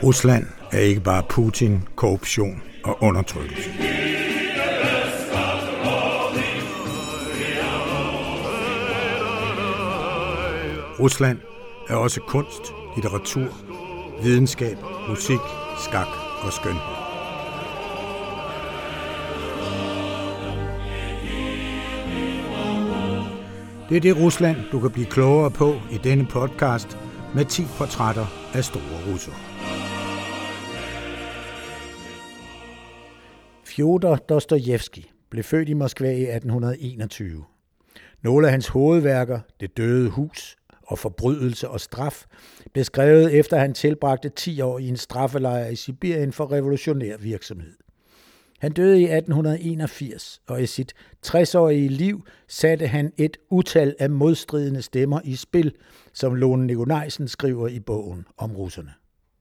Rusland er ikke bare Putin, korruption og undertrykkelse. Rusland er også kunst, litteratur, videnskab, musik, skak og skønhed. Det er det Rusland, du kan blive klogere på i denne podcast med 10 portrætter af store russere. Fjodor Dostojevskij blev født i Moskva i 1821. Nogle af hans hovedværker, Det døde hus og Forbrydelse og straf, blev skrevet efter han tilbragte 10 år i en straffelejr i Sibirien for revolutionær virksomhed. Han døde i 1881, og i sit 60-årige liv satte han et utal af modstridende stemmer i spil, som Lone Nikolajsen skriver i bogen om russerne.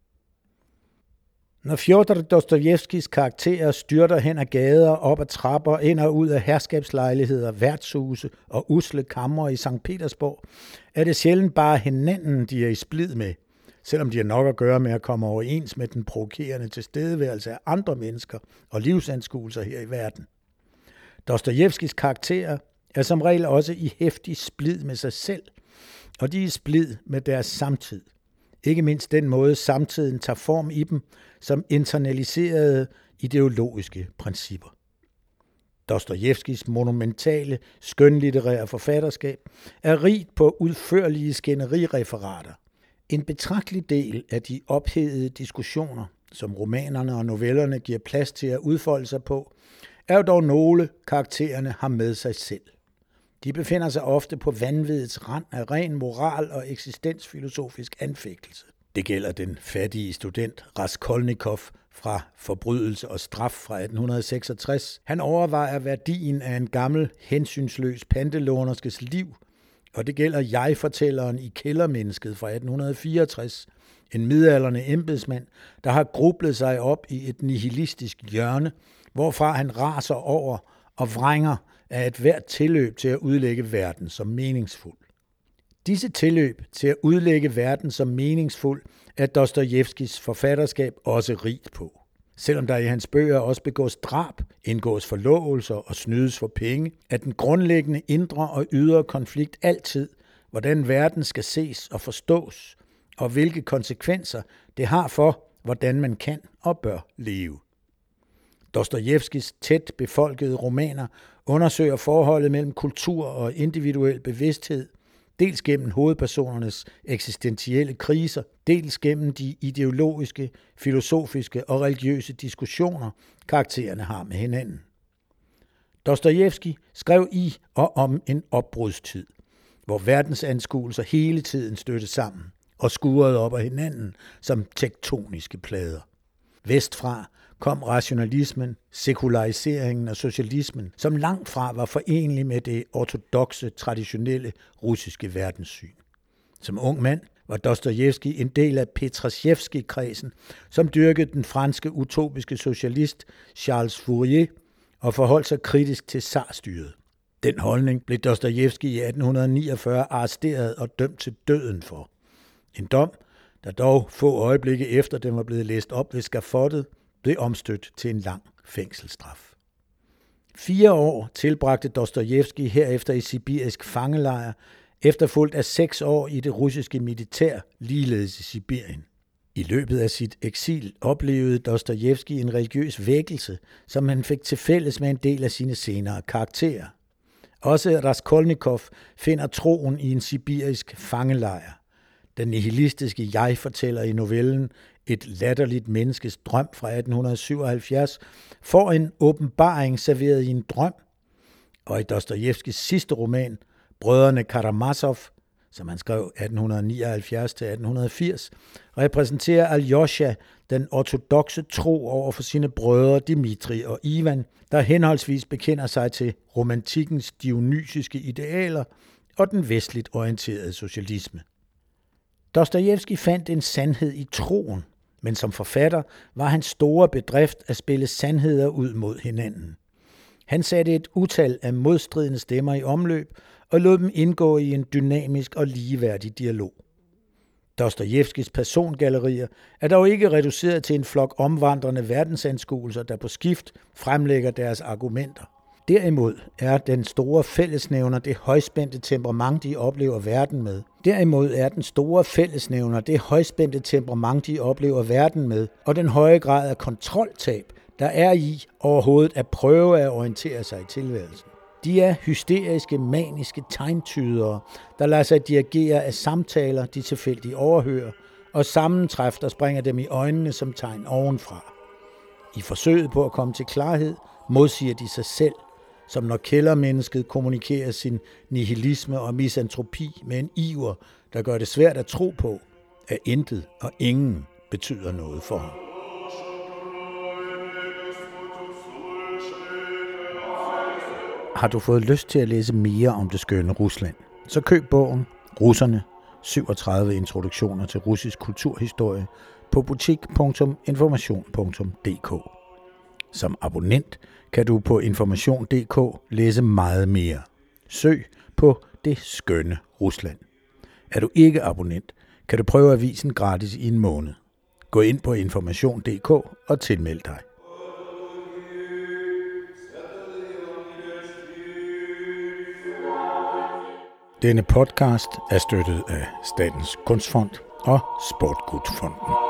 Når Fjodor Dostojevskijs karakterer styrter hen ad gader, op ad trapper, ind og ud af herskabslejligheder, værtshuse og usle kamre i Sankt Petersborg, er det sjældent bare hinanden, de er i splid med, selvom de har nok at gøre med at komme overens med den provokerende tilstedeværelse af andre mennesker og livsanskuelser her i verden. Dostojevskijs karakterer er som regel også i heftig splid med sig selv, og de er i splid med deres samtid. Ikke mindst den måde, samtiden tager form i dem som internaliserede ideologiske principper. Dostojevskijs monumentale, skønlitterære forfatterskab er rigt på udførlige skænderireferater. En betragtelig del af de ophedede diskussioner, som romanerne og novellerne giver plads til at udfolde sig på, er jo dog nogle, karaktererne har med sig selv. De befinder sig ofte på vanvidets rand af ren moral og eksistensfilosofisk anfægtelse. Det gælder den fattige student Raskolnikov fra Forbrydelse og straf fra 1866. Han overvejer værdien af en gammel, hensynsløs pantelånerskes liv, og det gælder jeg-fortælleren i Kældermennesket fra 1864, en midaldrende embedsmand, der har grublet sig op i et nihilistisk hjørne, hvorfra han raser over og vrænger af et hvert tilløb til at udlægge verden som meningsfuld. Disse tilløb til at udlægge verden som meningsfuld er Dostojevskijs forfatterskab også rigt på. Selvom der i hans bøger også begås drab, indgås forlovelser og snydes for penge, er den grundlæggende indre og ydre konflikt altid, hvordan verden skal ses og forstås, og hvilke konsekvenser det har for, hvordan man kan og bør leve. Dostojevskijs tæt befolkede romaner undersøger forholdet mellem kultur og individuel bevidsthed, dels gennem hovedpersonernes eksistentielle kriser, dels gennem de ideologiske, filosofiske og religiøse diskussioner, karaktererne har med hinanden. Dostojevskij skrev i og om en opbrudstid, hvor verdensanskuelser hele tiden stødte sammen og skurede op af hinanden som tektoniske plader. Vestfra kom rationalismen, sekulariseringen og socialismen, som langt fra var forenlig med det ortodokse, traditionelle russiske verdenssyn. Som ung mand var Dostojevskij en del af Petrasjevskij-kredsen, som dyrkede den franske utopiske socialist Charles Fourier og forholdt sig kritisk til zarstyret. Den holdning blev Dostojevskij i 1849 arresteret og dømt til døden for. En dom, der dog få øjeblikke efter den var blevet læst op ved skafottet, blev omstødt til en lang fængselsstraf. 4 år tilbragte Dostojevskij herefter i sibirisk fangelejr, efterfulgt af 6 år i det russiske militær, ligeledes i Sibirien. I løbet af sit eksil oplevede Dostojevskij en religiøs vækkelse, som han fik til fælles med en del af sine senere karakterer. Også Raskolnikov finder troen i en sibirisk fangelejr. Den nihilistiske jeg-fortæller i novellen Et latterligt menneskes drøm fra 1877 får en åbenbaring serveret i en drøm, og i Dostojevskijs sidste roman, Brødrene Karamazov, som han skrev 1879-1880, repræsenterer Aljosha den ortodokse tro over for sine brødre Dimitri og Ivan, der henholdsvis bekender sig til romantikkens dionysiske idealer og den vestligt orienterede socialisme. Dostojevskij fandt en sandhed i troen, men som forfatter var hans store bedrift at spille sandheder ud mod hinanden. Han satte et utal af modstridende stemmer i omløb og lod dem indgå i en dynamisk og ligeværdig dialog. Dostojevskijs persongallerier er dog ikke reduceret til en flok omvandrende verdensanskuelser, der på skift fremlægger deres argumenter. Derimod er den store fællesnævner det højspændte temperament, de oplever verden med. Og den høje grad af kontroltab, der er i overhovedet at prøve at orientere sig i tilværelsen. De er hysteriske, maniske tegntydere, der lader sig dirigere af samtaler, de tilfældigt overhører, og sammentræf, der springer dem i øjnene som tegn ovenfra. I forsøget på at komme til klarhed, modsiger de sig selv, som når kældermennesket kommunikerer sin nihilisme og misantropi med en iver, der gør det svært at tro på, at intet og ingen betyder noget for ham. Har du fået lyst til at læse mere om det skønne Rusland, så køb bogen Russerne, 37 introduktioner til russisk kulturhistorie på butik.information.dk. Som abonnent kan du på information.dk læse meget mere. Søg på det skønne Rusland. Er du ikke abonnent, kan du prøve avisen gratis i en måned. Gå ind på information.dk og tilmeld dig. Denne podcast er støttet af Statens Kunstfond og Sport Good Fonden.